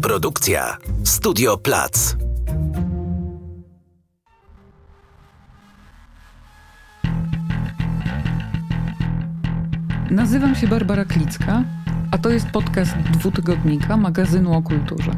Produkcja Studio Plac. Nazywam się Barbara Klicka, a to jest podcast Dwutygodnika, magazynu o kulturze.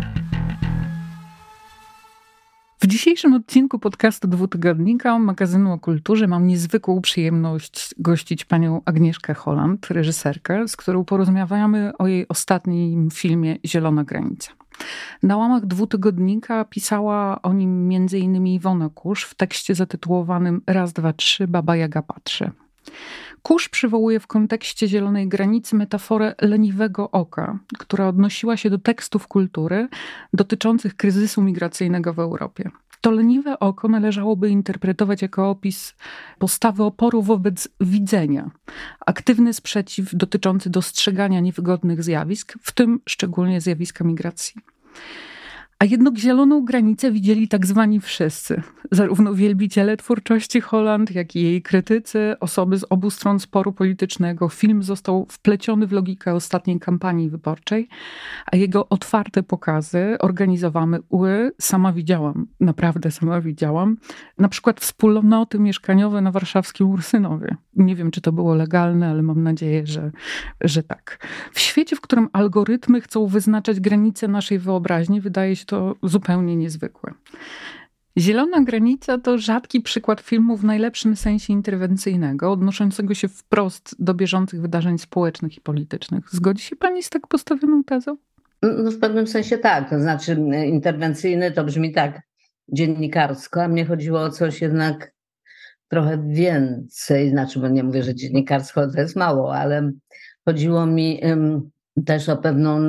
W dzisiejszym odcinku podcastu Dwutygodnika, magazynu o kulturze, mam niezwykłą przyjemność gościć panią Agnieszkę Holland, reżyserkę, z którą porozmawiamy o jej ostatnim filmie Zielona granica. Na łamach Dwutygodnika pisała o nim m.in. Iwona Kusz w tekście zatytułowanym Raz, dwa, trzy, Baba Jaga patrzy. Kusz przywołuje w kontekście Zielonej granicy metaforę leniwego oka, która odnosiła się do tekstów kultury dotyczących kryzysu migracyjnego w Europie. To leniwe oko należałoby interpretować jako opis postawy oporu wobec widzenia, aktywny sprzeciw dotyczący dostrzegania niewygodnych zjawisk, w tym szczególnie zjawiska migracji. A jednak Zieloną granicę widzieli tak zwani wszyscy. Zarówno wielbiciele twórczości Holland, jak i jej krytycy, osoby z obu stron sporu politycznego. Film został wpleciony w logikę ostatniej kampanii wyborczej, a jego otwarte pokazy organizowane sama widziałam, naprawdę sama widziałam. Na przykład wspólnoty mieszkaniowe na warszawskim Ursynowie. Nie wiem, czy to było legalne, ale mam nadzieję, że tak. W świecie, w którym algorytmy chcą wyznaczać granice naszej wyobraźni, wydaje się to zupełnie niezwykłe. Zielona granica to rzadki przykład filmu w najlepszym sensie interwencyjnego, odnoszącego się wprost do bieżących wydarzeń społecznych i politycznych. Zgodzi się pani z tak postawioną tezą? No, w pewnym sensie tak. To znaczy interwencyjny to brzmi tak dziennikarsko, a mnie chodziło o coś jednak trochę więcej. Znaczy, bo nie mówię, że dziennikarsko to jest mało, ale chodziło mi też o pewną,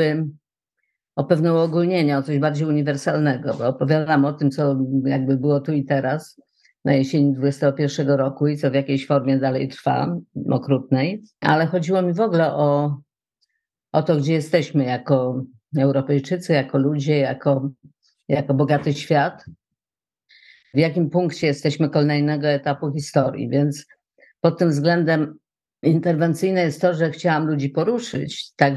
o pewne uogólnienie, o coś bardziej uniwersalnego, bo opowiadam o tym, co jakby było tu i teraz, na jesieni 2021 roku i co w jakiejś formie dalej trwa, okrutnej, ale chodziło mi w ogóle o to, gdzie jesteśmy jako Europejczycy, jako ludzie, jako bogaty świat, w jakim punkcie jesteśmy kolejnego etapu historii, więc pod tym względem interwencyjne jest to, że chciałam ludzi poruszyć, tak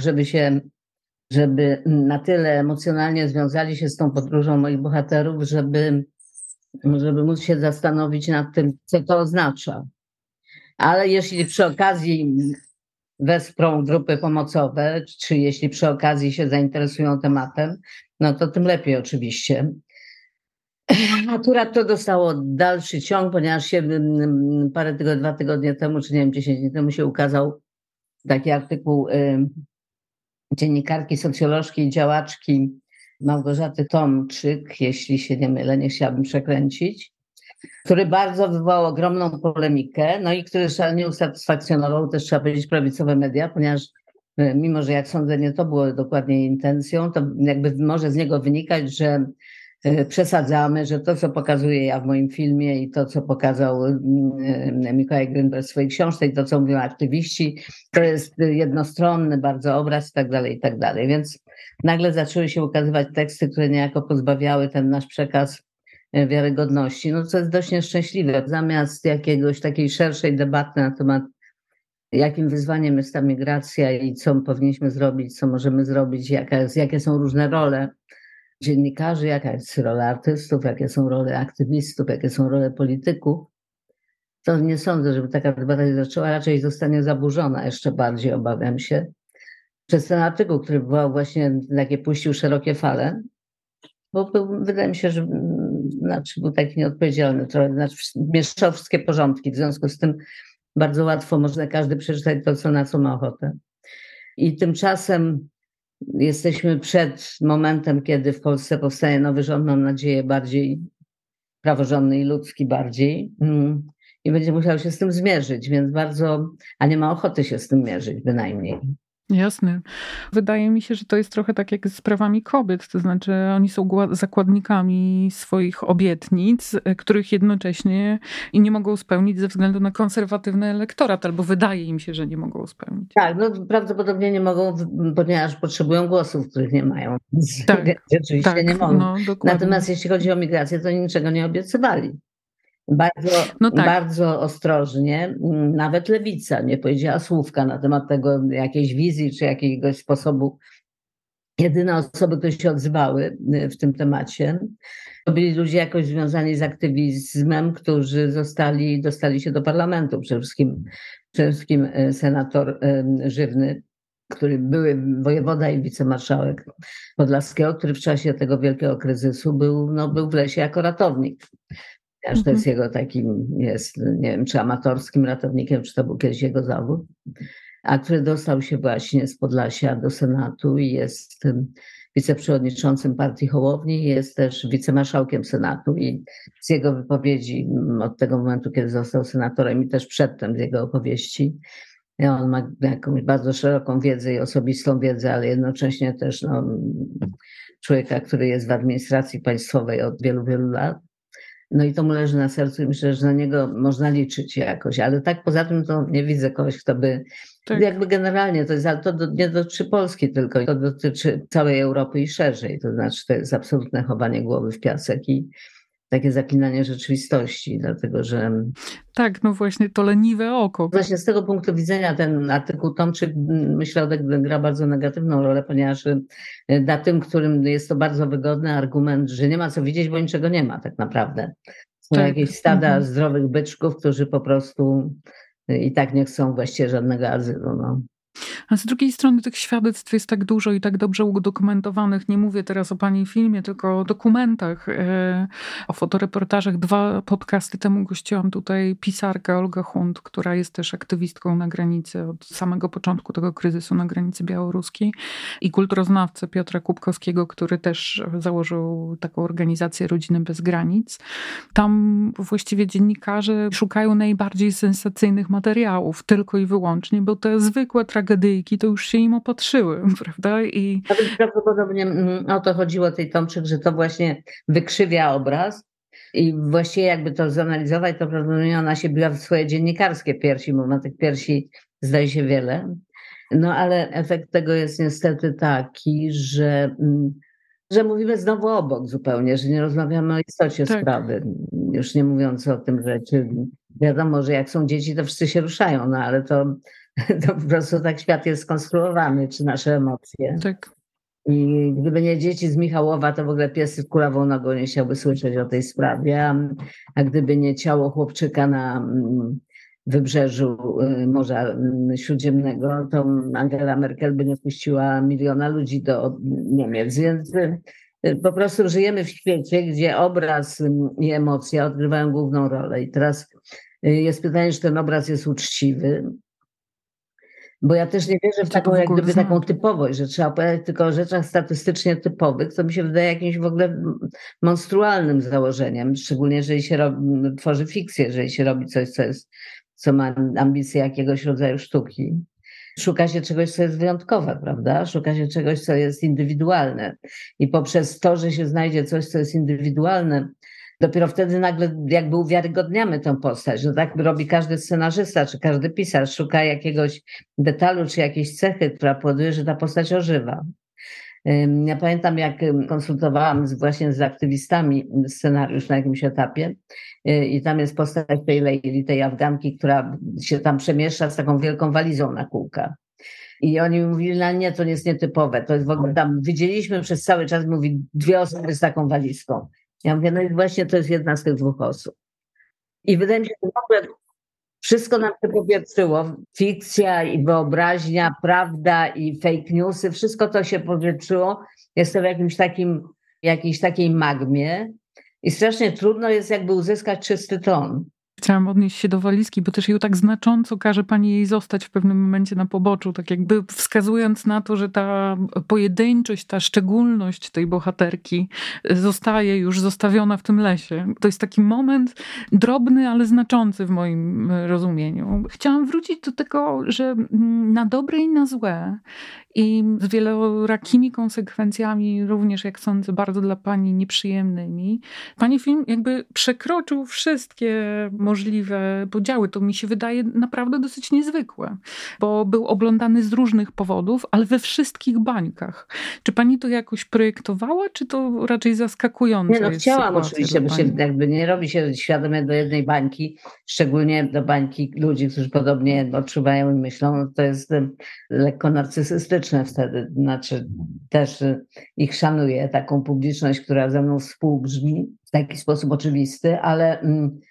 żeby na tyle emocjonalnie związali się z tą podróżą moich bohaterów, żeby móc się zastanowić nad tym, co to oznacza. Ale jeśli przy okazji wesprą grupy pomocowe, czy jeśli przy okazji się zainteresują tematem, no to tym lepiej oczywiście. Akurat to dostało dalszy ciąg, ponieważ się dwa tygodnie temu, czy nie wiem, 10 dni temu się ukazał taki artykuł dziennikarki, socjolożki i działaczki Małgorzaty Tomczyk, jeśli się nie mylę, nie chciałabym przekręcić, który bardzo wywołał ogromną polemikę, no i który szalenie usatysfakcjonował też, trzeba powiedzieć, prawicowe media, ponieważ mimo, że jak sądzę, nie to było dokładnie jej intencją, to jakby może z niego wynikać, że przesadzamy, że to, co pokazuję ja w moim filmie i to, co pokazał Mikołaj Grynberg w swojej książce i to, co mówią aktywiści, to jest jednostronny bardzo obraz i tak dalej. Więc nagle zaczęły się ukazywać teksty, które niejako pozbawiały ten nasz przekaz wiarygodności. No co jest dość nieszczęśliwe. Zamiast jakiegoś takiej szerszej debaty na temat, jakim wyzwaniem jest ta migracja i co powinniśmy zrobić, co możemy zrobić, jakie są różne role dziennikarzy, jaka jest rola artystów, jakie są role aktywistów, jakie są role polityków, to nie sądzę, żeby taka debata się zaczęła, raczej zostanie zaburzona jeszcze bardziej, obawiam się, przez ten artykuł, który właśnie takie puścił szerokie fale, bo wydaje mi się, że był taki nieodpowiedzialny, trochę mieszał wszystkie porządki, w związku z tym bardzo łatwo można każdy przeczytać to, na co ma ochotę. I tymczasem jesteśmy przed momentem, kiedy w Polsce powstaje nowy rząd, mam nadzieję, bardziej praworządny i ludzki bardziej i będzie musiał się z tym zmierzyć, więc a nie ma ochoty się z tym mierzyć bynajmniej. Jasne. Wydaje mi się, że to jest trochę tak jak z prawami kobiet, to znaczy oni są zakładnikami swoich obietnic, których jednocześnie i nie mogą spełnić ze względu na konserwatywny elektorat, albo wydaje im się, że nie mogą spełnić. Tak, no prawdopodobnie nie mogą, ponieważ potrzebują głosów, których nie mają. Tak, rzeczywiście nie mogą. No, natomiast jeśli chodzi o migrację, to niczego nie obiecywali. Bardzo ostrożnie, nawet lewica nie powiedziała słówka na temat tego, jakiejś wizji czy jakiegoś sposobu jedyne osoby, które się odzywały w tym temacie, to byli ludzie jakoś związani z aktywizmem, którzy dostali się do parlamentu. Przede wszystkim senator Żywny, który były wojewoda i wicemarszałek Podlaskiego, który w czasie tego wielkiego kryzysu był w lesie jako ratownik. Aż to jest jego takim, nie wiem, czy amatorskim ratownikiem, czy to był kiedyś jego zawód, a który dostał się właśnie z Podlasia do Senatu i jest wiceprzewodniczącym partii Hołowni, jest też wicemarszałkiem Senatu i z jego wypowiedzi od tego momentu, kiedy został senatorem i też przedtem z jego opowieści, on ma jakąś bardzo szeroką wiedzę i osobistą wiedzę, ale jednocześnie też człowieka, który jest w administracji państwowej od wielu, wielu lat. No i to mu leży na sercu i myślę, że na niego można liczyć jakoś, ale tak poza tym to nie widzę kogoś, kto by, jakby generalnie, nie dotyczy Polski tylko, to dotyczy całej Europy i szerzej, to znaczy to jest absolutne chowanie głowy w piasek i takie zaklinanie rzeczywistości, dlatego że... Tak, no właśnie to leniwe oko. Właśnie z tego punktu widzenia ten artykuł Tomczyk, myślę, gra bardzo negatywną rolę, ponieważ na tym, którym jest to bardzo wygodny argument, że nie ma co widzieć, bo niczego nie ma tak naprawdę. Są jakieś stada zdrowych byczków, którzy po prostu i tak nie chcą właściwie żadnego azylu. No. A z drugiej strony tych świadectw jest tak dużo i tak dobrze udokumentowanych. Nie mówię teraz o pani filmie, tylko o dokumentach, o fotoreportażach. 2 podcasty temu gościłam tutaj pisarkę Olgę Hunt, która jest też aktywistką na granicy od samego początku tego kryzysu na granicy białoruskiej, i kulturoznawcę Piotra Kubkowskiego, który też założył taką organizację Rodziny Bez Granic. Tam właściwie dziennikarze szukają najbardziej sensacyjnych materiałów, tylko i wyłącznie, bo te zwykłe tragedyjki to już się im opatrzyły, prawda? I prawdopodobnie o to chodziło tej Tomczyk, że to właśnie wykrzywia obraz i właściwie jakby to zanalizować, to prawdopodobnie ona się biła w swoje dziennikarskie piersi, bo ma tych piersi zdaje się wiele. No ale efekt tego jest niestety taki, że mówimy znowu zupełnie, że nie rozmawiamy o istocie sprawy. Już nie mówiąc o tym, że wiadomo, że jak są dzieci, to wszyscy się ruszają, no ale to po prostu tak świat jest skonstruowany, czy nasze emocje. Tak. I gdyby nie dzieci z Michałowa, to w ogóle pies z kulawą nogą nie chciałby słyszeć o tej sprawie, a gdyby nie ciało chłopczyka na wybrzeżu Morza Śródziemnego, to Angela Merkel by nie puściła 1 miliona ludzi do Niemiec, więc po prostu żyjemy w świecie, gdzie obraz i emocja odgrywają główną rolę. I teraz jest pytanie, czy ten obraz jest uczciwy. Bo ja też nie wierzę w taką, jak gdyby taką typowość, że trzeba opowiadać tylko o rzeczach statystycznie typowych, co mi się wydaje jakimś w ogóle monstrualnym założeniem, szczególnie jeżeli się tworzy fikcję, jeżeli się robi coś, co ma ambicje jakiegoś rodzaju sztuki. Szuka się czegoś, co jest wyjątkowe, prawda? Szuka się czegoś, co jest indywidualne. I poprzez to, że się znajdzie coś, co jest indywidualne, dopiero wtedy nagle jakby uwiarygodniamy tę postać. No tak robi każdy scenarzysta, czy każdy pisarz. Szuka jakiegoś detalu, czy jakiejś cechy, która powoduje, że ta postać ożywa. Ja pamiętam, jak konsultowałam właśnie z aktywistami scenariusz na jakimś etapie i tam jest postać tej Leili, tej Afganki, która się tam przemieszcza z taką wielką walizą na kółkach. I oni mówili, no nie, to jest nietypowe. To jest w ogóle tam, widzieliśmy przez cały czas, mówi, 2 osoby z taką walizką. Ja mówię, no i właśnie to jest jedna z tych 2 osób. I wydaje mi się, że w ogóle wszystko nam się powietrzyło. Fikcja i wyobraźnia, prawda i fake newsy, wszystko to się powietrzyło. Jest to w jakiejś takiej magmie i strasznie trudno jest jakby uzyskać czysty ton. Chciałam odnieść się do walizki, bo też ją tak znacząco każe pani jej zostać w pewnym momencie na poboczu, tak jakby wskazując na to, że ta pojedynczość, ta szczególność tej bohaterki zostaje już zostawiona w tym lesie. To jest taki moment drobny, ale znaczący w moim rozumieniu. Chciałam wrócić do tego, że na dobre i na złe i z wielorakimi konsekwencjami, również jak sądzę, bardzo dla pani nieprzyjemnymi, pani film jakby przekroczył wszystkie możliwe podziały. To mi się wydaje naprawdę dosyć niezwykłe, bo był oglądany z różnych powodów, ale we wszystkich bańkach. Czy pani to jakoś projektowała, czy to raczej zaskakujące jest chciałam sytuacja oczywiście, dla bo się pani? jakby nie robi się świadomie do jednej bańki, szczególnie do bańki ludzi, którzy podobnie odczuwają i myślą, to jest lekko narcysystyczne wtedy. Znaczy też ich szanuję, taką publiczność, która ze mną współbrzmi w taki sposób oczywisty, ale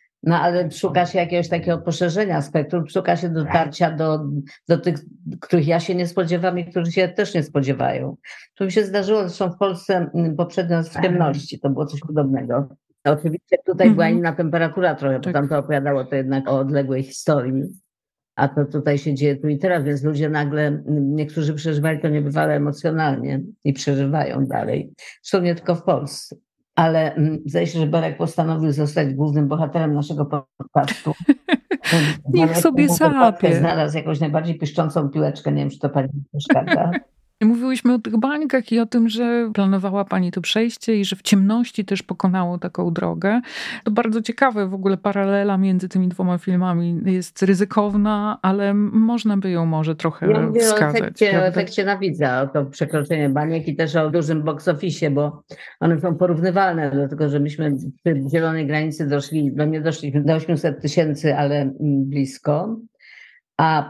szuka się jakiegoś takiego poszerzenia spektrum, szuka się dotarcia do tych, których ja się nie spodziewam i którzy się też nie spodziewają. To mi się zdarzyło zresztą w Polsce poprzednio z Ciemności, to było coś podobnego. Oczywiście tutaj była inna temperatura trochę, bo tam to opowiadało to jednak o odległej historii, a to tutaj się dzieje tu i teraz, więc ludzie nagle, niektórzy przeżywali to niebywale emocjonalnie i przeżywają dalej. Zresztą nie tylko w Polsce. Ale zdaje się, że Berek postanowił zostać głównym bohaterem naszego podcastu. Niech sobie sapie. Znalazł jakąś najbardziej piszczącą piłeczkę, nie wiem, czy to pani przeszkadza. Mówiłyśmy o tych bańkach i o tym, że planowała pani to przejście i że w ciemności też pokonało taką drogę. To bardzo ciekawe, w ogóle paralela między tymi dwoma filmami jest ryzykowna, ale można by ją może trochę wskazać. O efekcie na widza, o to przekroczenie baniek i też o dużym box office, bo one są porównywalne, dlatego że myśmy w zielonej granicy nie doszliśmy do 800 000, ale blisko. A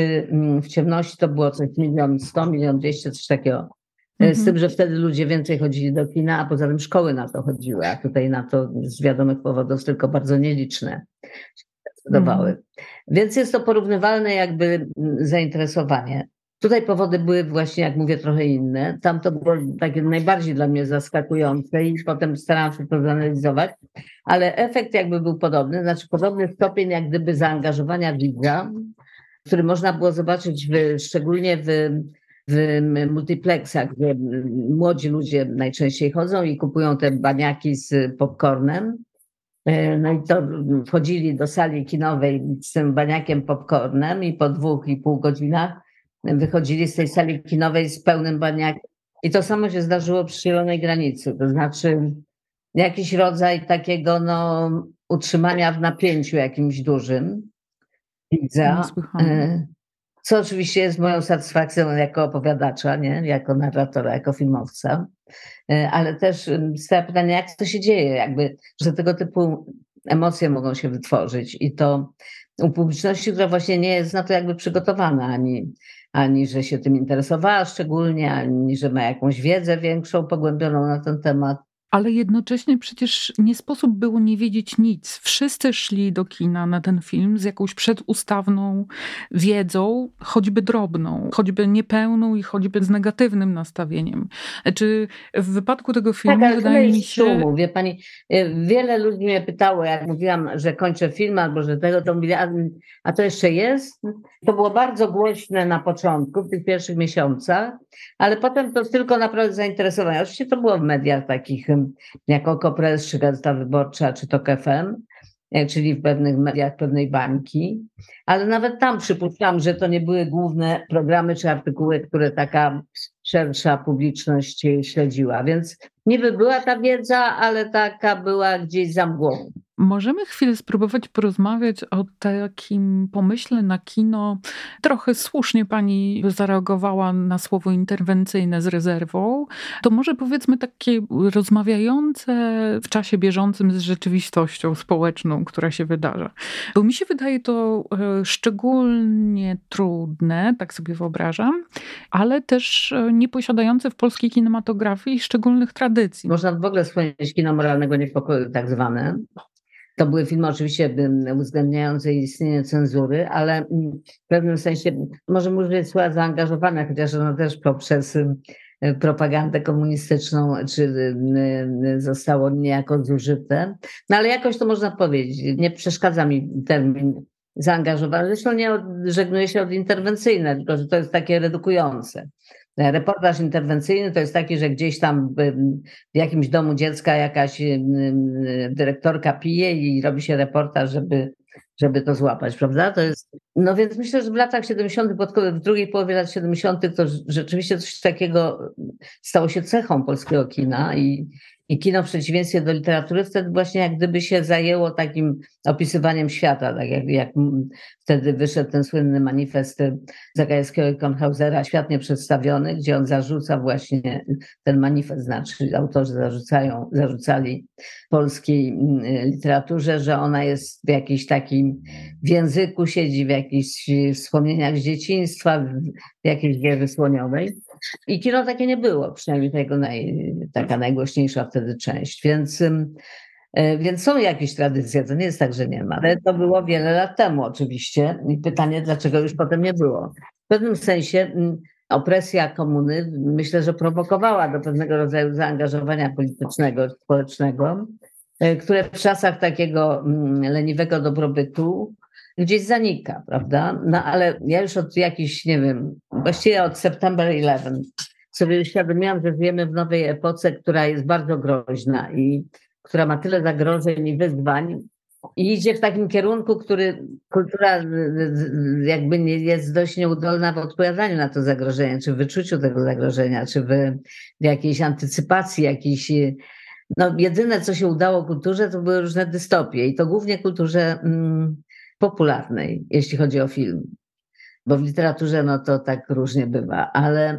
w ciemności to było coś 1 100 000, 1 200 000, coś takiego. Z tym, że wtedy ludzie więcej chodzili do kina, a poza tym szkoły na to chodziły, a tutaj na to z wiadomych powodów tylko bardzo nieliczne się decydowały. Więc jest to porównywalne jakby zainteresowanie. Tutaj powody były właśnie, jak mówię, trochę inne. Tam to było takie najbardziej dla mnie zaskakujące i potem starałam się to zanalizować, ale efekt jakby był podobny, znaczy podobny stopień jak gdyby zaangażowania widza, który można było zobaczyć szczególnie w multiplexach, gdzie młodzi ludzie najczęściej chodzą i kupują te baniaki z popcornem. No i to wchodzili do sali kinowej z tym baniakiem popcornem i po 2,5 godzinach wychodzili z tej sali kinowej z pełnym baniakiem. I to samo się zdarzyło przy Zielonej Granicy, to znaczy jakiś rodzaj takiego utrzymania w napięciu jakimś dużym widza, co oczywiście jest moją satysfakcją jako opowiadacza, nie? Jako narratora, jako filmowca, ale też stawia pytanie, jak to się dzieje, jakby, że tego typu emocje mogą się wytworzyć i to u publiczności, która właśnie nie jest na to jakby przygotowana, ani że się tym interesowała szczególnie, ani że ma jakąś wiedzę większą, pogłębioną na ten temat. Ale jednocześnie przecież nie sposób było nie wiedzieć nic. Wszyscy szli do kina na ten film z jakąś przedustawną wiedzą, choćby drobną, choćby niepełną i choćby z negatywnym nastawieniem. Czy w wypadku tego filmu tak, ale wydaje mi się... Szumu, wie pani, wiele ludzi mnie pytało, jak mówiłam, że kończę film albo że tego, to mówili, a to jeszcze jest? To było bardzo głośne na początku, w tych pierwszych miesiącach, ale potem to tylko naprawdę zainteresowanie. Oczywiście to było w mediach takich jak Okopres, czy Gazeta Wyborcza, czy TOK FM, czyli w pewnych mediach pewnej bańki, ale nawet tam przypuszczam, że to nie były główne programy czy artykuły, które taka szersza publiczność śledziła, więc niby była ta wiedza, ale taka była gdzieś za mgłą. Możemy chwilę spróbować porozmawiać o takim pomyśle na kino. Trochę słusznie pani zareagowała na słowo interwencyjne z rezerwą. To może powiedzmy takie rozmawiające w czasie bieżącym z rzeczywistością społeczną, która się wydarza. Bo mi się wydaje to szczególnie trudne, tak sobie wyobrażam, ale też nieposiadające w polskiej kinematografii szczególnych tradycji. Można w ogóle wspomnieć kino moralnego niepokoju tak zwane. To były filmy oczywiście uwzględniające istnienie cenzury, ale w pewnym sensie może użyć słowa zaangażowane, chociaż ono też poprzez propagandę komunistyczną zostało niejako zużyte. No ale jakoś to można powiedzieć. Nie przeszkadza mi termin zaangażowany. Zresztą nie odżegnuję się od interwencyjne, tylko że to jest takie redukujące. Reportaż interwencyjny to jest taki, że gdzieś tam w jakimś domu dziecka jakaś dyrektorka pije i robi się reportaż, żeby to złapać, prawda? To jest, no więc myślę, że w latach 70., w drugiej połowie lat 70. to rzeczywiście coś takiego stało się cechą polskiego kina i I kino w przeciwieństwie do literatury wtedy właśnie jak gdyby się zajęło takim opisywaniem świata, tak jak wtedy wyszedł ten słynny manifest Zagajewskiego i Kornhausera, świetnie przedstawiony, gdzie on zarzuca właśnie, ten manifest znaczy autorzy zarzucali polskiej literaturze, że ona jest w jakimś takim, w języku siedzi, w jakichś wspomnieniach z dzieciństwa, w jakiejś wieży słoniowej. I kino takie nie było, przynajmniej taka najgłośniejsza wtedy część, więc są jakieś tradycje, to nie jest tak, że nie ma, ale to było wiele lat temu oczywiście i pytanie, dlaczego już potem nie było. W pewnym sensie opresja komuny myślę, że prowokowała do pewnego rodzaju zaangażowania politycznego, społecznego, które w czasach takiego leniwego dobrobytu gdzieś zanika, prawda? No ale ja już od jakichś, nie wiem, właściwie od September 11 sobie uświadomiłam, że żyjemy w nowej epoce, która jest bardzo groźna i która ma tyle zagrożeń i wyzwań i idzie w takim kierunku, który kultura jakby nie jest dość nieudolna w odpowiadaniu na to zagrożenie, czy w wyczuciu tego zagrożenia, czy w jakiejś antycypacji, jakiejś... No, jedyne, co się udało kulturze, to były różne dystopie i to głównie kulturze popularnej, jeśli chodzi o film. Bo w literaturze no to tak różnie bywa, ale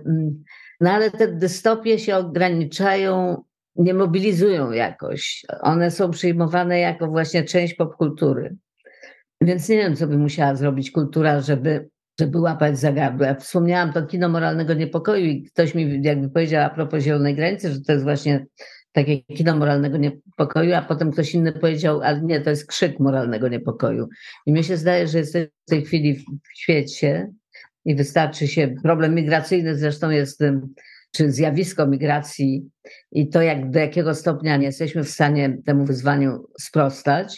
te dystopie się ograniczają, nie mobilizują jakoś. One są przyjmowane jako właśnie część popkultury. Więc nie wiem, co by musiała zrobić kultura, żeby łapać za gardło. Ja wspomniałam to kino moralnego niepokoju i ktoś mi jakby powiedział a propos Zielonej Granicy, że to jest właśnie takie kino moralnego niepokoju, a potem ktoś inny powiedział, ale nie, to jest krzyk moralnego niepokoju. I mi się zdaje, że jesteśmy w tej chwili w świecie i wystarczy się, problem migracyjny zresztą jest, czy zjawisko migracji i to, do jakiego stopnia nie jesteśmy w stanie temu wyzwaniu sprostać,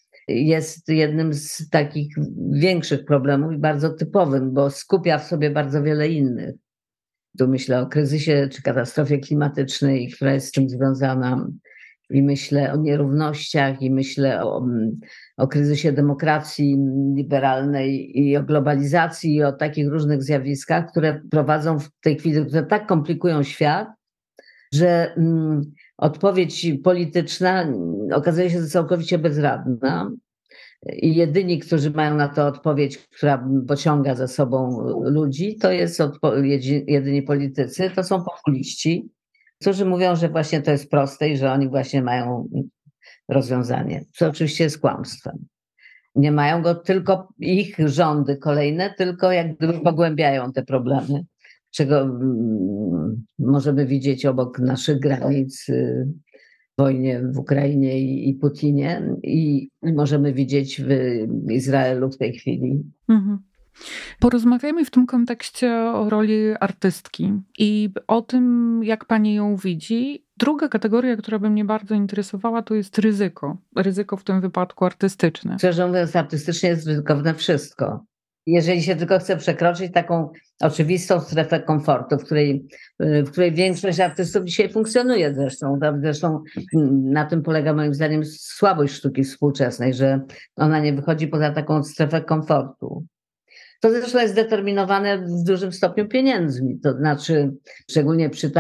jest jednym z takich większych problemów i bardzo typowym, bo skupia w sobie bardzo wiele innych. Tu myślę o kryzysie czy katastrofie klimatycznej, która jest z tym związana i myślę o nierównościach i myślę o kryzysie demokracji liberalnej i o globalizacji i o takich różnych zjawiskach, które prowadzą w tej chwili, które tak komplikują świat, że odpowiedź polityczna okazuje się całkowicie bezradna. I jedyni, którzy mają na to odpowiedź, która pociąga za sobą ludzi, to jest jedyni politycy, to są populiści, którzy mówią, że właśnie to jest proste i że oni właśnie mają rozwiązanie, co oczywiście jest kłamstwem. Nie mają go tylko ich rządy kolejne, tylko jak gdyby pogłębiają te problemy, czego możemy widzieć obok naszych granic, wojnie w Ukrainie i Putinie i możemy widzieć w Izraelu w tej chwili. Porozmawiajmy w tym kontekście o roli artystki i o tym, jak pani ją widzi. Druga kategoria, która by mnie bardzo interesowała, to jest ryzyko. Ryzyko w tym wypadku artystyczne. Szczerze mówiąc, artystycznie jest ryzykowne wszystko. Jeżeli się tylko chce przekroczyć taką oczywistą strefę komfortu, w której większość artystów dzisiaj funkcjonuje zresztą. Zresztą na tym polega moim zdaniem słabość sztuki współczesnej, że ona nie wychodzi poza taką strefę komfortu. To zresztą jest zdeterminowane w dużym stopniu pieniędzmi, to znaczy szczególnie przy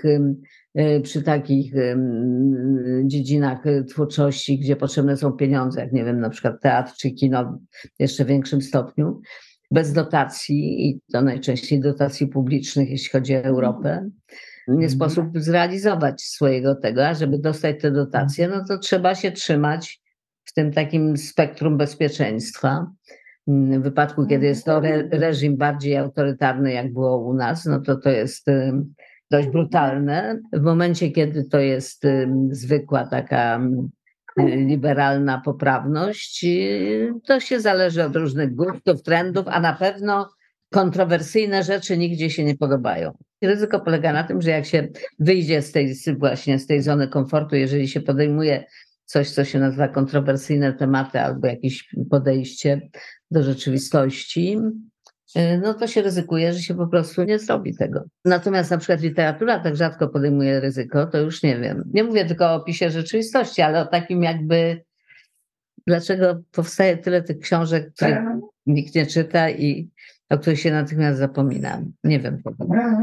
takich dziedzinach twórczości, gdzie potrzebne są pieniądze, jak nie wiem, na przykład teatr czy kino w jeszcze większym stopniu, bez dotacji i to najczęściej dotacji publicznych, jeśli chodzi o Europę, nie sposób zrealizować swojego tego, a żeby dostać te dotacje, no to trzeba się trzymać w tym takim spektrum bezpieczeństwa. W wypadku, kiedy jest to reżim bardziej autorytarny, jak było u nas, no to jest dość brutalne. W momencie, kiedy to jest zwykła taka liberalna poprawność, to się zależy od różnych gustów, trendów, a na pewno kontrowersyjne rzeczy nigdzie się nie podobają. Ryzyko polega na tym, że jak się wyjdzie z tej zony komfortu, jeżeli się podejmuje coś, co się nazywa kontrowersyjne tematy albo jakieś podejście do rzeczywistości, no to się ryzykuje, że się po prostu nie zrobi tego. Natomiast na przykład literatura tak rzadko podejmuje ryzyko, to już nie wiem. Nie mówię tylko o opisie rzeczywistości, ale o takim jakby, dlaczego powstaje tyle tych książek, których nikt nie czyta i o których się natychmiast zapomina. Nie wiem.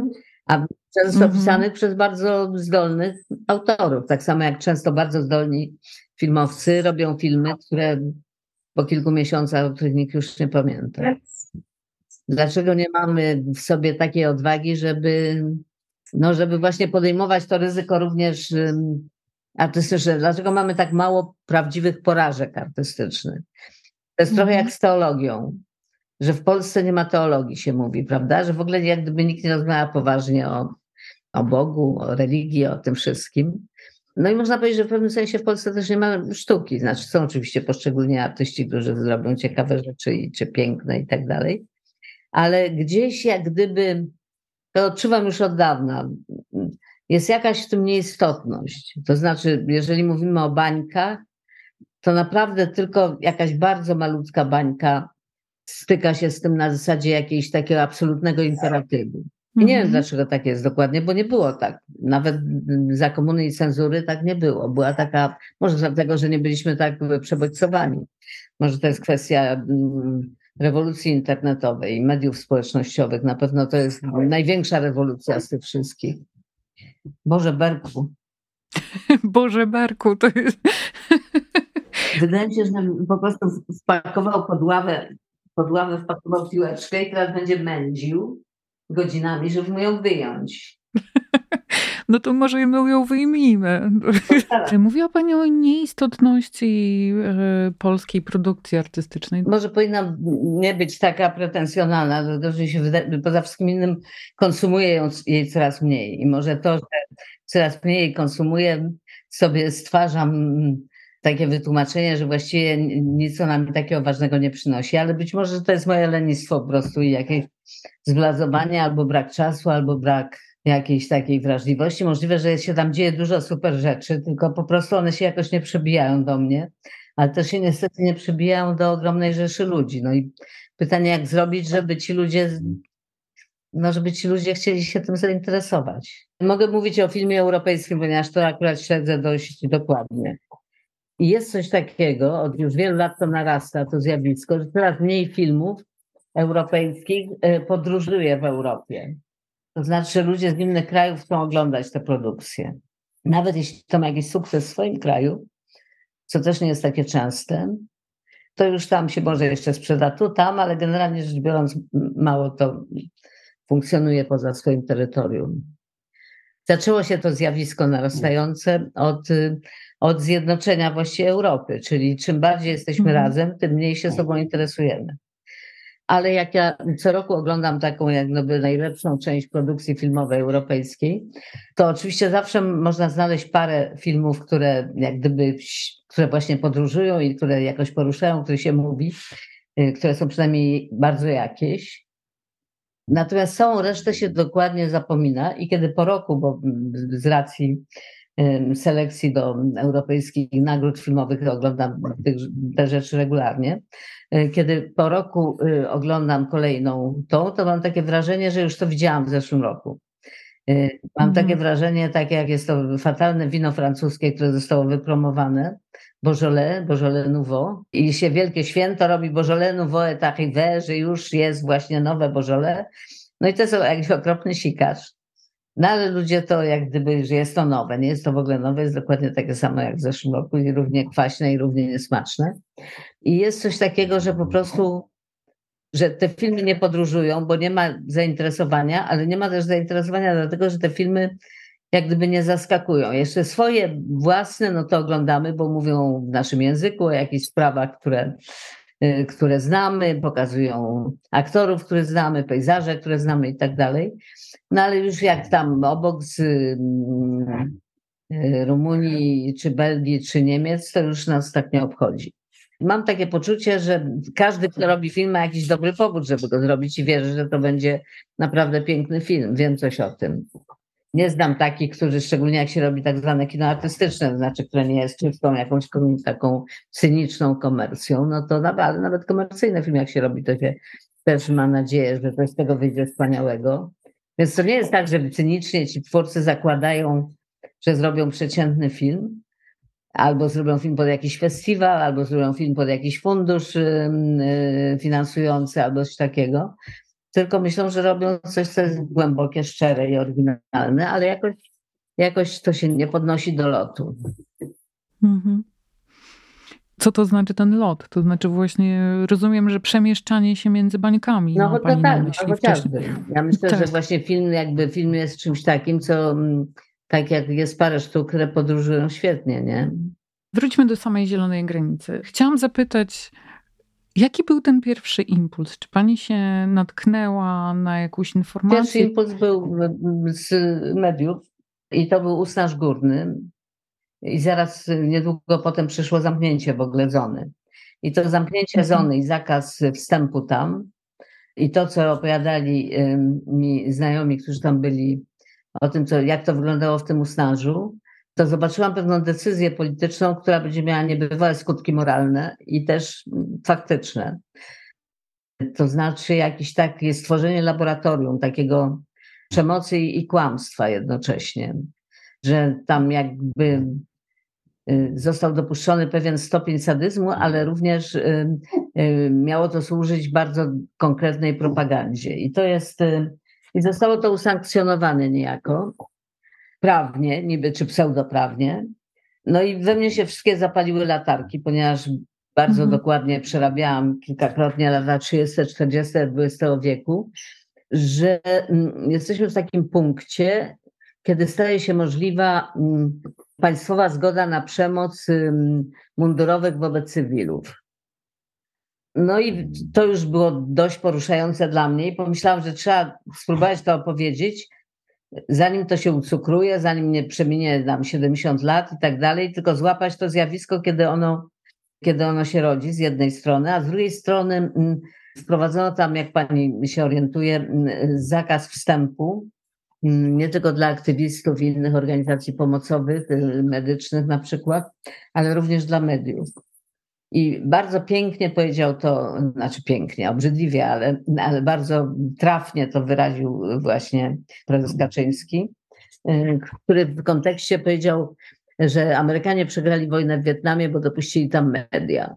A często pisanych przez bardzo zdolnych autorów. Tak samo jak często bardzo zdolni filmowcy robią filmy, które po kilku miesiącach, o których nikt już nie pamięta. Dlaczego nie mamy w sobie takiej odwagi, żeby właśnie podejmować to ryzyko również artystyczne? Dlaczego mamy tak mało prawdziwych porażek artystycznych? To jest trochę jak z teologią, że w Polsce nie ma teologii, się mówi, prawda? Że w ogóle jak gdyby nikt nie rozmawia poważnie o Bogu, o religii, o tym wszystkim. No i można powiedzieć, że w pewnym sensie w Polsce też nie ma sztuki. Znaczy są oczywiście poszczególni artyści, którzy zrobią ciekawe rzeczy, czy piękne i tak dalej. Ale gdzieś jak gdyby, to odczuwam już od dawna, jest jakaś w tym nieistotność. To znaczy, jeżeli mówimy o bańkach, to naprawdę tylko jakaś bardzo malutka bańka styka się z tym na zasadzie jakiegoś takiego absolutnego imperatywu. I nie wiem, dlaczego tak jest dokładnie, bo nie było tak. Nawet za komuny i cenzury tak nie było. Była taka, może dlatego, że nie byliśmy tak przebodźcowani. Może to jest kwestia rewolucji internetowej i mediów społecznościowych. Na pewno to jest największa rewolucja z tych wszystkich. Boże Berku. Boże Berku, to jest... Wydaje mi się, że po prostu wpakował pod ławę wpakował piłeczkę i teraz będzie mędził godzinami, żeby mu ją wyjąć. No to może my ją wyjmijmy. Mówiła Pani o nieistotności polskiej produkcji artystycznej. Może powinna nie być taka pretensjonalna, dlatego że się poza wszystkim innym konsumuje jej coraz mniej. I może to, że coraz mniej jej konsumuję, sobie stwarzam takie wytłumaczenie, że właściwie nic ona mi takiego ważnego nie przynosi, ale być może to jest moje lenistwo po prostu i jakieś zblazowanie, albo brak czasu, albo brak jakiejś takiej wrażliwości. Możliwe, że się tam dzieje dużo super rzeczy, tylko po prostu one się jakoś nie przebijają do mnie, ale też się niestety nie przebijają do ogromnej rzeszy ludzi. No i pytanie, jak zrobić, żeby ci ludzie chcieli się tym zainteresować. Mogę mówić o filmie europejskim, ponieważ to akurat śledzę dość dokładnie. I jest coś takiego, od już wielu lat to narasta, to zjawisko, że coraz mniej filmów europejskich podróżuje w Europie. To znaczy, że ludzie z innych krajów chcą oglądać te produkcje. Nawet jeśli to ma jakiś sukces w swoim kraju, co też nie jest takie częste, to już tam się może jeszcze sprzeda tu, tam, ale generalnie rzecz biorąc mało to funkcjonuje poza swoim terytorium. Zaczęło się to zjawisko narastające od zjednoczenia właściwie Europy, czyli czym bardziej jesteśmy razem, tym mniej się sobą interesujemy. Ale jak ja co roku oglądam taką jak gdyby najlepszą część produkcji filmowej europejskiej, to oczywiście zawsze można znaleźć parę filmów, które właśnie podróżują i które jakoś poruszają, o których się mówi, które są przynajmniej bardzo jakieś. Natomiast całą resztę się dokładnie zapomina i kiedy po roku, bo z racji selekcji do europejskich nagród filmowych oglądam te rzeczy regularnie. Kiedy po roku oglądam kolejną to mam takie wrażenie, że już to widziałam w zeszłym roku. Mam takie wrażenie, takie jak jest to fatalne wino francuskie, które zostało wypromowane, Beaujolais Nouveau. I się wielkie święto robi Beaujolais Nouveau est arrivé, że już jest właśnie nowe Beaujolais. No i to jest jakiś okropny sikacz. No ale ludzie to jak gdyby, że jest to nowe, nie jest to w ogóle nowe, jest dokładnie takie samo jak w zeszłym roku i równie kwaśne i równie niesmaczne. I jest coś takiego, że po prostu, że te filmy nie podróżują, bo nie ma zainteresowania, ale nie ma też zainteresowania dlatego, że te filmy jak gdyby nie zaskakują. Jeszcze swoje własne, no to oglądamy, bo mówią w naszym języku o jakichś sprawach, które znamy, pokazują aktorów, których znamy, pejzaże, które znamy i tak dalej. No ale już jak tam obok z Rumunii, czy Belgii, czy Niemiec, to już nas tak nie obchodzi. Mam takie poczucie, że każdy, kto robi film, ma jakiś dobry powód, żeby go zrobić i wierzy, że to będzie naprawdę piękny film. Wiem coś o tym. Nie znam takich, którzy, szczególnie jak się robi tak zwane kino artystyczne, to znaczy, które nie jest czystą jakąś taką cyniczną komercją, no to nawet komercyjny film, jak się robi, to się też ma nadzieję, że coś z tego wyjdzie wspaniałego. Więc to nie jest tak, że cynicznie ci twórcy zakładają, że zrobią przeciętny film, albo zrobią film pod jakiś festiwal, albo zrobią film pod jakiś fundusz finansujący, albo coś takiego. tylko myślą, że robią coś, co jest głębokie, szczere i oryginalne, ale jakoś to się nie podnosi do lotu. Mhm. Co to znaczy ten lot? To znaczy właśnie, rozumiem, że przemieszczanie się między bańkami ma pani na myśli chociażby. Ja myślę, tak. że właśnie film jest czymś takim, co tak jak jest parę sztuk, które podróżują świetnie, nie? Wróćmy do samej Zielonej Granicy. Chciałam zapytać, jaki był ten pierwszy impuls? Czy pani się natknęła na jakąś informację? Pierwszy impuls był z mediów i to był Usnarz Górny. I zaraz niedługo potem przyszło zamknięcie w ogóle zony. I to zamknięcie zony i zakaz wstępu tam i to, co opowiadali mi znajomi, którzy tam byli, o tym, jak to wyglądało w tym Usnarzu, to zobaczyłam pewną decyzję polityczną, która będzie miała niebywałe skutki moralne i też faktyczne. To znaczy jakieś takie stworzenie laboratorium takiego przemocy i kłamstwa jednocześnie, że tam jakby został dopuszczony pewien stopień sadyzmu, ale również miało to służyć bardzo konkretnej propagandzie. I zostało to usankcjonowane niejako, prawnie, niby czy pseudoprawnie. No i we mnie się wszystkie zapaliły latarki, ponieważ bardzo dokładnie przerabiałam kilkakrotnie lata 30., 40. XX wieku, że jesteśmy w takim punkcie, kiedy staje się możliwa państwowa zgoda na przemoc mundurowych wobec cywilów. No i to już było dość poruszające dla mnie i pomyślałam, że trzeba spróbować to opowiedzieć, zanim to się ucukruje, zanim nie przeminie nam 70 lat i tak dalej, tylko złapać to zjawisko, kiedy ono się rodzi z jednej strony, a z drugiej strony wprowadzono tam, jak pani się orientuje, zakaz wstępu, nie tylko dla aktywistów i innych organizacji pomocowych, medycznych na przykład, ale również dla mediów. I bardzo pięknie powiedział to, znaczy pięknie, obrzydliwie, ale bardzo trafnie to wyraził właśnie prezes Kaczyński, który w kontekście powiedział, że Amerykanie przegrali wojnę w Wietnamie, bo dopuścili tam media.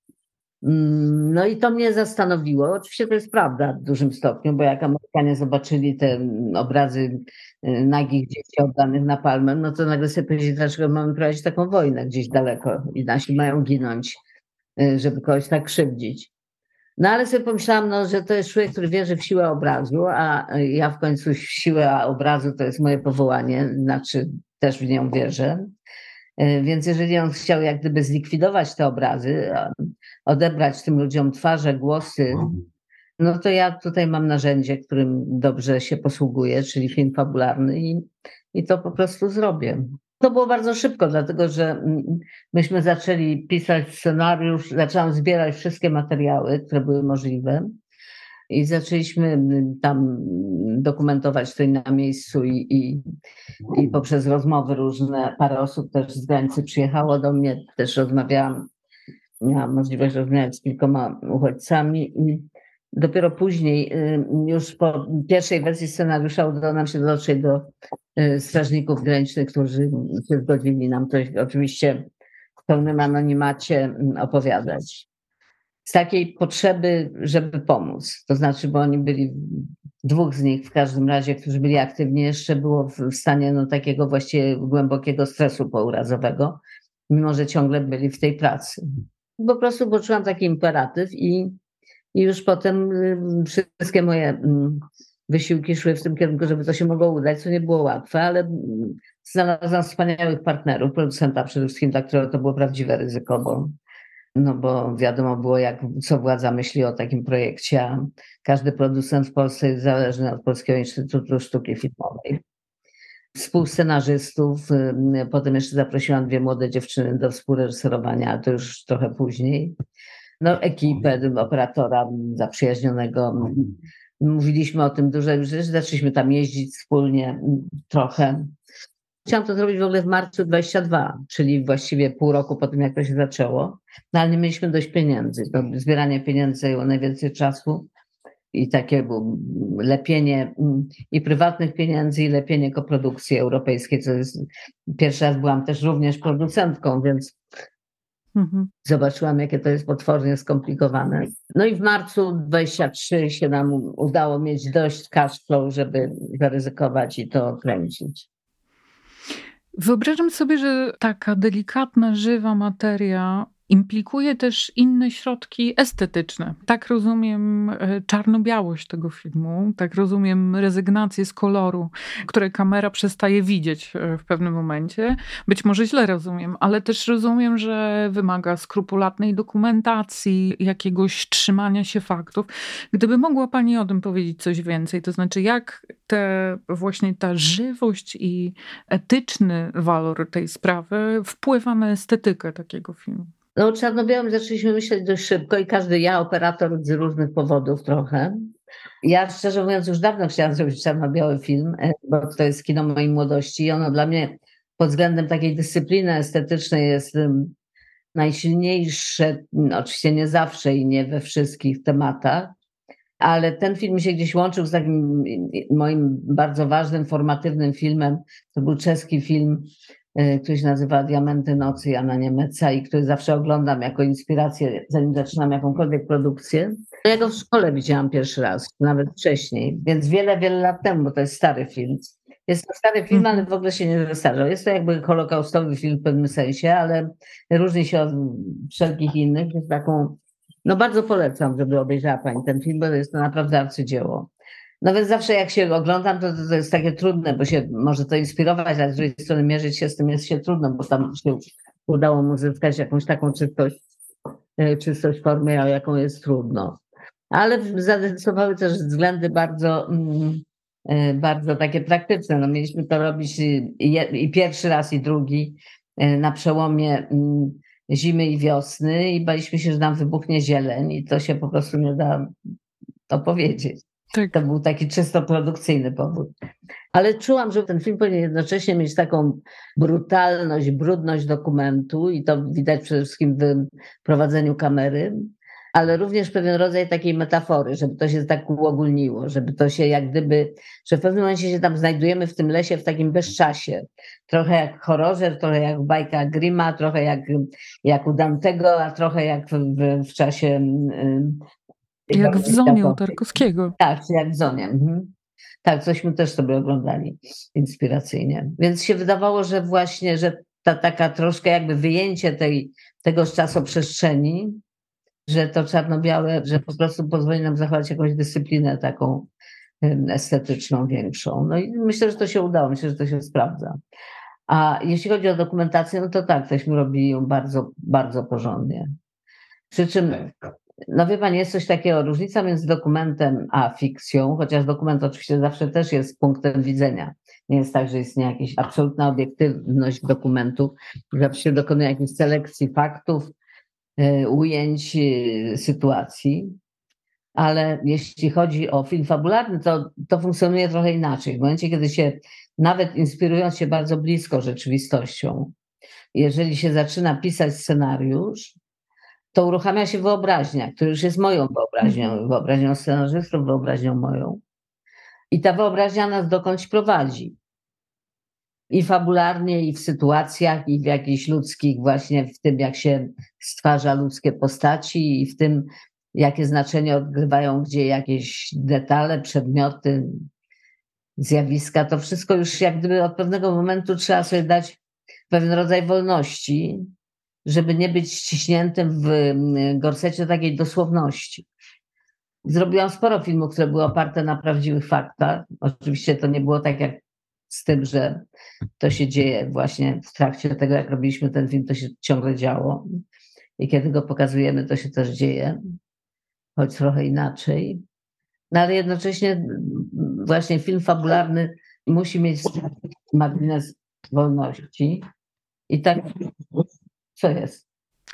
No i to mnie zastanowiło. Oczywiście to jest prawda w dużym stopniu, bo jak Amerykanie zobaczyli te obrazy nagich dzieci oddanych napalmem, no to nagle sobie powiedzieli, dlaczego mamy prowadzić taką wojnę gdzieś daleko i nasi mają ginąć, żeby kogoś tak krzywdzić. No ale sobie pomyślałam, no, że to jest człowiek, który wierzy w siłę obrazu, a ja w końcu w siłę obrazu to jest moje powołanie, znaczy też w nią wierzę. Więc jeżeli on chciał jak gdyby zlikwidować te obrazy, odebrać tym ludziom twarze, głosy, no to ja tutaj mam narzędzie, którym dobrze się posługuję, czyli film fabularny i to po prostu zrobię. To było bardzo szybko, dlatego że myśmy zaczęli pisać scenariusz, zaczęłam zbierać wszystkie materiały, które były możliwe i zaczęliśmy tam dokumentować to na miejscu i poprzez rozmowy różne, parę osób też z granicy przyjechało do mnie, też rozmawiałam, miałam możliwość rozmawiać z kilkoma uchodźcami i dopiero później, już po pierwszej wersji scenariusza udało nam się dotrzeć do strażników granicznych, którzy się zgodzili nam to oczywiście w pełnym anonimacie opowiadać. Z takiej potrzeby, żeby pomóc. To znaczy, bo oni byli, dwóch z nich w każdym razie, którzy byli aktywni, jeszcze było w stanie no, takiego właściwie głębokiego stresu pourazowego, mimo że ciągle byli w tej pracy. Po prostu poczułam taki imperatyw i już potem wszystkie moje wysiłki szły w tym kierunku, żeby to się mogło udać, co nie było łatwe, ale znalazłam wspaniałych partnerów, producenta przede wszystkim, dla którego to było prawdziwe ryzyko, bo wiadomo było, co władza myśli o takim projekcie, a każdy producent w Polsce jest zależny od Polskiego Instytutu Sztuki Filmowej. Współscenarzystów, potem jeszcze zaprosiłam 2 młode dziewczyny do współreżyserowania, a to już trochę później. No, ekipę, operatora zaprzyjaźnionego. Mówiliśmy o tym dużo, że zaczęliśmy tam jeździć wspólnie trochę. Chciałam to zrobić w ogóle w marcu 22, czyli właściwie pół roku po tym, jak to się zaczęło, no ale nie mieliśmy dość pieniędzy. To zbieranie pieniędzy zajęło najwięcej czasu i takie lepienie i prywatnych pieniędzy, i lepienie koprodukcji europejskiej, co jest, pierwszy raz byłam też również producentką, więc Zobaczyłam, jakie to jest potwornie skomplikowane. No i w marcu 23 się nam udało mieć dość cash flow, żeby zaryzykować i to kręcić. Wyobrażam sobie, że taka delikatna, żywa materia implikuje też inne środki estetyczne. Tak rozumiem czarno-białość tego filmu, tak rozumiem rezygnację z koloru, które kamera przestaje widzieć w pewnym momencie. Być może źle rozumiem, ale też rozumiem, że wymaga skrupulatnej dokumentacji, jakiegoś trzymania się faktów. Gdyby mogła pani o tym powiedzieć coś więcej, to znaczy jak właśnie ta żywość i etyczny walor tej sprawy wpływa na estetykę takiego filmu? No o czarno-białym zaczęliśmy myśleć dość szybko i każdy operator z różnych powodów trochę. Ja szczerze mówiąc już dawno chciałam zrobić czarno-biały film, bo to jest kino mojej młodości i ono dla mnie pod względem takiej dyscypliny estetycznej jest najsilniejsze, oczywiście nie zawsze i nie we wszystkich tematach, ale ten film się gdzieś łączył z takim moim bardzo ważnym, formatywnym filmem. To był czeski film, który się nazywa Diamenty nocy Jana Niemeca i który zawsze oglądam jako inspirację, zanim zaczynam jakąkolwiek produkcję. Ja go w szkole widziałam pierwszy raz, nawet wcześniej, więc wiele, wiele lat temu, bo to jest stary film. Jest to stary film, ale w ogóle się nie zestarzał. Jest to jakby holokaustowy film w pewnym sensie, ale różni się od wszelkich innych. Jest taką, no bardzo polecam, żeby obejrzała pani ten film, bo jest to naprawdę arcydzieło. Nawet zawsze jak się oglądam, to jest takie trudne, bo się może to inspirować, ale z drugiej strony mierzyć się z tym jest się trudno, bo tam się udało mu zyskać jakąś taką czystość formy, jaką jest trudno. Ale zadecydowały też względy bardzo, bardzo takie praktyczne. No, mieliśmy to robić i pierwszy raz, i drugi na przełomie zimy i wiosny i baliśmy się, że nam wybuchnie zieleń i to się po prostu nie da to powiedzieć. Tak. To był taki czysto produkcyjny powód. Ale czułam, że ten film powinien jednocześnie mieć taką brutalność, brudność dokumentu i to widać przede wszystkim w prowadzeniu kamery, ale również pewien rodzaj takiej metafory, żeby to się tak uogólniło, żeby to się jak gdyby, że w pewnym momencie się tam znajdujemy w tym lesie w takim bezczasie. Trochę jak w horrorze, trochę jak w bajkach Grima, trochę jak u Dantego, a trochę jak w czasie... Jak w Zonie u Tarkowskiego. Tak, jak w Zonie. Tak, cośmy też sobie oglądali inspiracyjnie. Więc się wydawało, że właśnie, że ta taka troszkę jakby wyjęcie tegoż czasoprzestrzeni, że to czarno-białe, że po prostu pozwoli nam zachować jakąś dyscyplinę taką estetyczną większą. No i myślę, że to się udało, myślę, że to się sprawdza. A jeśli chodzi o dokumentację, no to tak, tośmy robili ją bardzo, bardzo porządnie. Przy czym, no wie pani, jest coś takiego, różnica między dokumentem a fikcją, chociaż dokument oczywiście zawsze też jest punktem widzenia. Nie jest tak, że istnieje jakaś absolutna obiektywność dokumentu, zawsze się dokonuje jakiejś selekcji faktów, ujęć, sytuacji. Ale jeśli chodzi o film fabularny, to funkcjonuje trochę inaczej. W momencie, kiedy się, nawet inspirując się bardzo blisko rzeczywistością, jeżeli się zaczyna pisać scenariusz, to uruchamia się wyobraźnia, która już jest moją wyobraźnią scenarzystów, wyobraźnią moją. I ta wyobraźnia nas dokądś prowadzi. I fabularnie, i w sytuacjach, i w jakichś ludzkich, właśnie w tym, jak się stwarza ludzkie postaci, i w tym, jakie znaczenie odgrywają gdzie jakieś detale, przedmioty, zjawiska. To wszystko już jak gdyby od pewnego momentu trzeba sobie dać pewien rodzaj wolności, żeby nie być ściśniętym w gorsecie takiej dosłowności. Zrobiłam sporo filmów, które były oparte na prawdziwych faktach. Oczywiście to nie było tak jak z tym, że to się dzieje właśnie w trakcie tego, jak robiliśmy ten film, to się ciągle działo. I kiedy go pokazujemy, to się też dzieje, choć trochę inaczej. No ale jednocześnie właśnie film fabularny musi mieć margines wolności. I tak, co jest?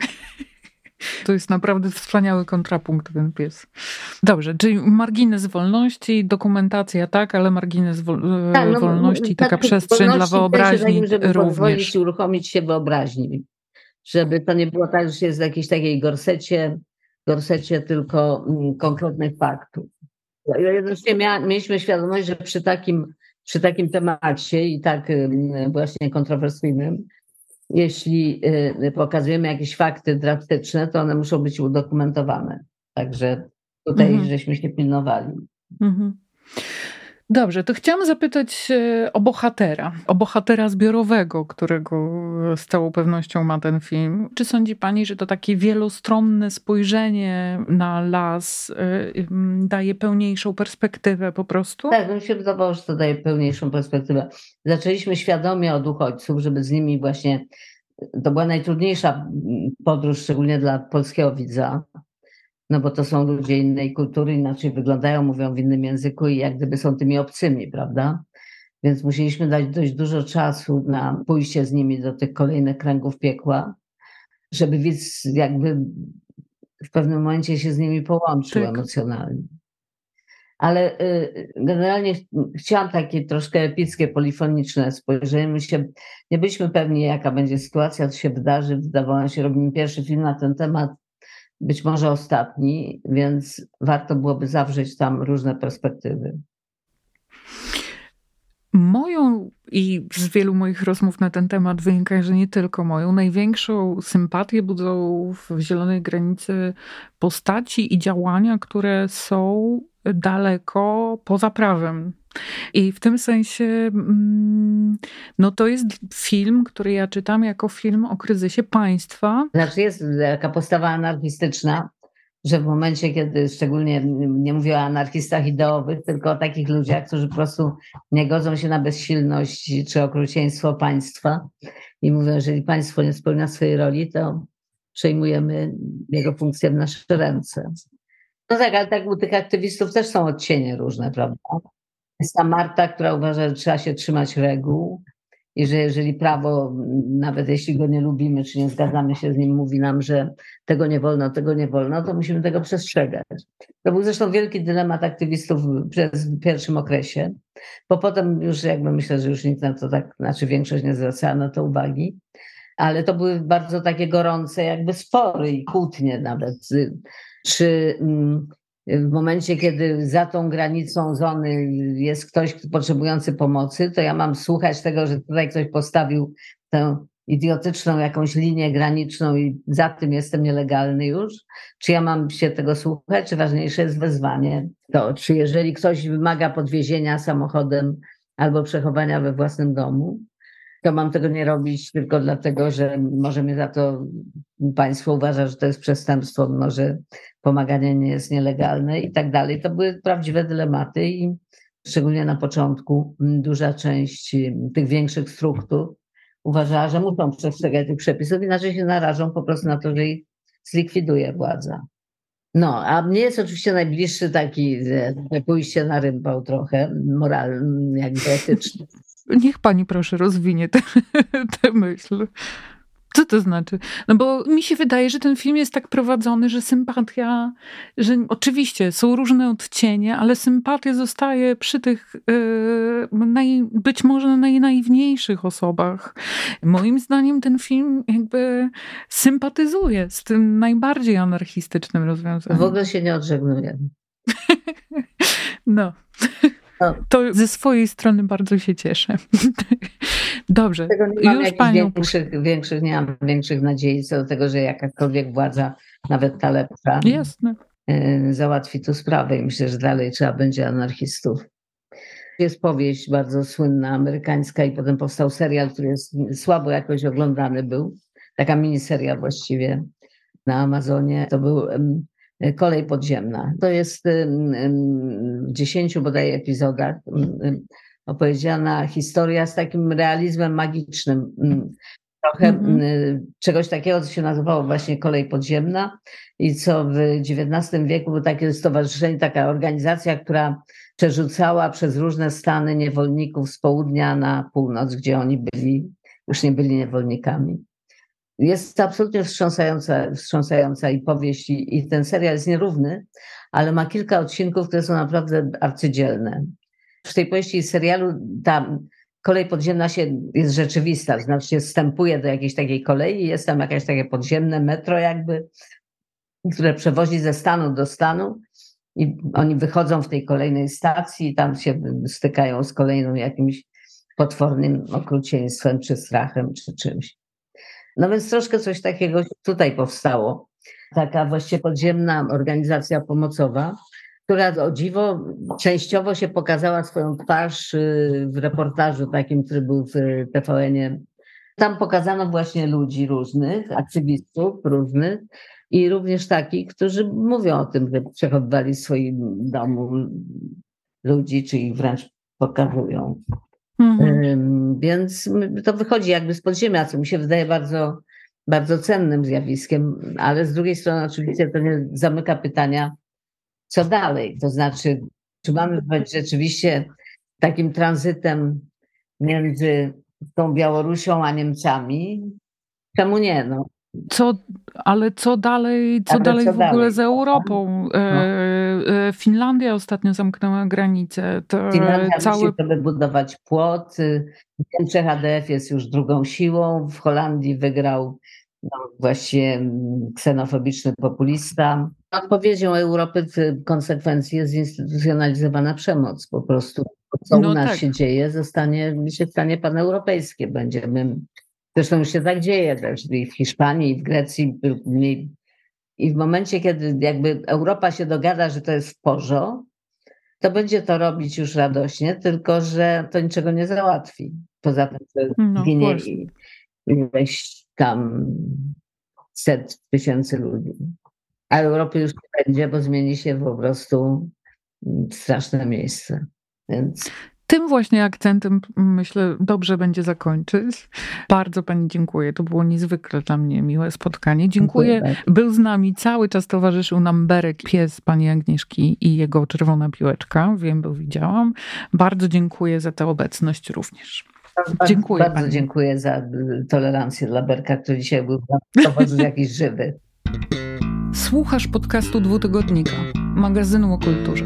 To jest naprawdę wspaniały kontrapunkt ten pies. Dobrze, czyli margines wolności, dokumentacja tak, ale margines wolności, taka przestrzeń dla wyobraźni takim, żeby również. Pozwolić uruchomić się wyobraźni. Żeby to nie było tak, że się jest w jakiejś takiej gorsecie tylko konkretnych faktów. Jednocześnie mieliśmy świadomość, że przy takim temacie i tak właśnie kontrowersyjnym, jeśli pokazujemy jakieś fakty drastyczne, to one muszą być udokumentowane. Także tutaj żeśmy się pilnowali. Dobrze, to chciałam zapytać o bohatera zbiorowego, którego z całą pewnością ma ten film. Czy sądzi pani, że to takie wielostronne spojrzenie na las daje pełniejszą perspektywę po prostu? Tak, mi się wydawało, że to daje pełniejszą perspektywę. Zaczęliśmy świadomie od uchodźców, żeby z nimi właśnie, to była najtrudniejsza podróż, szczególnie dla polskiego widza, no bo to są ludzie innej kultury, inaczej wyglądają, mówią w innym języku i jak gdyby są tymi obcymi, prawda? Więc musieliśmy dać dość dużo czasu na pójście z nimi do tych kolejnych kręgów piekła, żeby widz jakby w pewnym momencie się z nimi połączył emocjonalnie. Ale generalnie chciałam takie troszkę epickie, polifoniczne spojrzenie. Nie byliśmy pewni, jaka będzie sytuacja, co się wydarzy. Wydawało nam się, robimy pierwszy film na ten temat, być może ostatni, więc warto byłoby zawrzeć tam różne perspektywy. Moją i z wielu moich rozmów na ten temat wynika, że nie tylko moją, największą sympatię budzą w Zielonej Granicy postaci i działania, które są daleko poza prawem. I w tym sensie no to jest film, który ja czytam jako film o kryzysie państwa. Znaczy jest taka postawa anarchistyczna, że w momencie, kiedy szczególnie nie mówię o anarchistach ideowych, tylko o takich ludziach, którzy po prostu nie godzą się na bezsilność czy okrucieństwo państwa i mówią, że jeżeli państwo nie spełnia swojej roli, to przejmujemy jego funkcję w nasze ręce. No tak, ale tak u tych aktywistów też są odcienie różne, prawda? Jest ta Marta, która uważa, że trzeba się trzymać reguł i że jeżeli prawo, nawet jeśli go nie lubimy, czy nie zgadzamy się z nim, mówi nam, że tego nie wolno, to musimy tego przestrzegać. To był zresztą wielki dylemat aktywistów w pierwszym okresie, bo potem już jakby myślę, że już nikt na to tak, znaczy większość nie zwracała na to uwagi, ale to były bardzo takie gorące jakby spory i kłótnie nawet, czy w momencie, kiedy za tą granicą zony jest ktoś potrzebujący pomocy, to ja mam słuchać tego, że tutaj ktoś postawił tę idiotyczną jakąś linię graniczną i za tym jestem nielegalny już? Czy ja mam się tego słuchać, czy ważniejsze jest wezwanie? To, czy jeżeli ktoś wymaga podwiezienia samochodem albo przechowania we własnym domu, to mam tego nie robić tylko dlatego, że może mnie za to państwo uważa, że to jest przestępstwo, może pomaganie nie jest nielegalne i tak dalej. To były prawdziwe dylematy i szczególnie na początku duża część tych większych struktur uważała, że muszą przestrzegać tych przepisów, inaczej się narażą po prostu na to, że ich zlikwiduje władza. No, a mnie jest oczywiście najbliższy taki pójście na rympał trochę, moralny, jakby etyczny. Niech pani proszę rozwinie tę myśl. Co to znaczy? No bo mi się wydaje, że ten film jest tak prowadzony, że sympatia, że oczywiście są różne odcienie, ale sympatia zostaje przy tych być może najnaiwniejszych osobach. Moim zdaniem ten film jakby sympatyzuje z tym najbardziej anarchistycznym rozwiązaniem. W ogóle się nie odżegnuję. No. To ze swojej strony bardzo się cieszę. Dobrze. Tego nie mam nie mam większych nadziei co do tego, że jakakolwiek władza, nawet ta lepsza, jasne, załatwi tu sprawę i myślę, że dalej trzeba będzie anarchistów. Jest powieść bardzo słynna, amerykańska i potem powstał serial, który jest słabo jakoś oglądany był. Taka miniseria właściwie na Amazonie. To był Kolej podziemna. To jest w 10 bodaj epizodach opowiedziana historia z takim realizmem magicznym. Trochę czegoś takiego, co się nazywało właśnie Kolej podziemna i co w XIX wieku było takie stowarzyszenie, taka organizacja, która przerzucała przez różne stany niewolników z południa na północ, gdzie oni już nie byli niewolnikami. Jest to absolutnie wstrząsająca i powieść i ten serial jest nierówny, ale ma kilka odcinków, które są naprawdę arcydzielne. W tej powieści i serialu ta kolej podziemna jest rzeczywista, znaczy się wstępuje do jakiejś takiej kolei, jest tam jakieś takie podziemne metro jakby, które przewozi ze stanu do stanu i oni wychodzą w tej kolejnej stacji i tam się stykają z kolejną jakimś potwornym okrucieństwem czy strachem czy czymś. No więc troszkę coś takiego tutaj powstało. Taka właściwie podziemna organizacja pomocowa, która o dziwo częściowo się pokazała swoją twarz w reportażu takim, który był w TVN-ie. Tam pokazano właśnie ludzi różnych, aktywistów różnych i również takich, którzy mówią o tym, że przechowywali w swoim domu ludzi, czy ich wręcz pokazują. Więc to wychodzi jakby z podziemia, co mi się wydaje bardzo, bardzo cennym zjawiskiem, ale z drugiej strony oczywiście to nie zamyka pytania, co dalej? To znaczy, czy mamy być rzeczywiście takim tranzytem między tą Białorusią a Niemcami? Czemu nie? No. Co dalej w ogóle z Europą? Finlandia ostatnio zamknęła granicę. Finlandia musi sobie budować płot. W Niemczech ADF jest już drugą siłą. W Holandii wygrał właściwie ksenofobiczny populista. Odpowiedzią Europy w konsekwencji jest zinstytucjonalizowana przemoc. Po prostu to, co u nas się dzieje, się stanie paneuropejskie. Zresztą już się tak dzieje też i w Hiszpanii, i w Grecji. I w momencie, kiedy jakby Europa się dogada, że to jest w porządku, to będzie to robić już radośnie, tylko że to niczego nie załatwi. Poza tym, że ginie ileś tam set tysięcy ludzi. A Europy już nie będzie, bo zmieni się po prostu straszne miejsce. Więc... Tym właśnie akcentem, myślę, dobrze będzie zakończyć. Bardzo pani dziękuję. To było niezwykle dla mnie miłe spotkanie. Dziękuję. Był z nami, cały czas towarzyszył nam Berek, pies pani Agnieszki i jego czerwona piłeczka. Wiem, bo widziałam. Bardzo dziękuję za tę obecność również. Dziękuję bardzo pani. Dziękuję za tolerancję dla Berka, który dzisiaj był jakiś żywy. Słuchasz podcastu Dwutygodnika, magazynu o kulturze.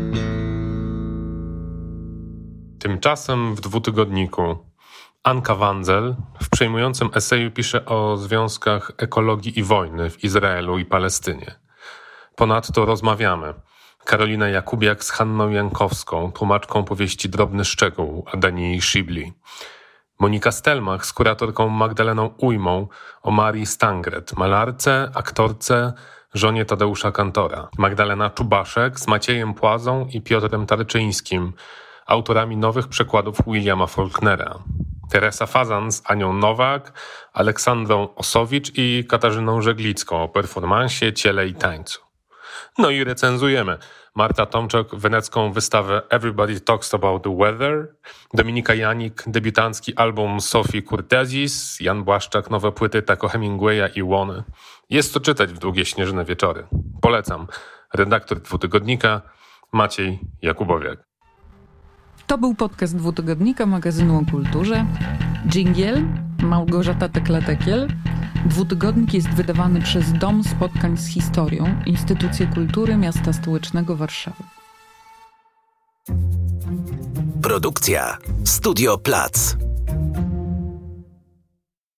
Tymczasem w Dwutygodniku Anka Wandzel w przejmującym eseju pisze o związkach ekologii i wojny w Izraelu i Palestynie. Ponadto rozmawiamy. Karolina Jakubiak z Hanną Jankowską, tłumaczką powieści Drobny Szczegół Adanii Szybli. Monika Stelmach z kuratorką Magdaleną Ujmą o Marii Stangret, malarce, aktorce, żonie Tadeusza Kantora. Magdalena Czubaszek z Maciejem Płazą i Piotrem Tarczyńskim, autorami nowych przekładów Williama Faulknera. Teresa Fazan z Anią Nowak, Aleksandrą Osowicz i Katarzyną Żeglicką o performansie, ciele i tańcu. No i recenzujemy Marta Tomczak wenecką wystawę Everybody Talks About the Weather, Dominika Janik debiutancki album Sofii Kurtezis, Jan Błaszczak nowe płyty Taco Hemingwaya i Łony. Jest to czytać w długie śnieżne wieczory. Polecam. Redaktor Dwutygodnika Maciej Jakubowiak. To był podcast Dwutygodnika, magazynu o kulturze. Dżingiel, Małgorzata Tekla-Tekiel. Dwutygodnik jest wydawany przez Dom Spotkań z Historią, Instytucję Kultury Miasta Stołecznego Warszawy. Produkcja Studio Plac.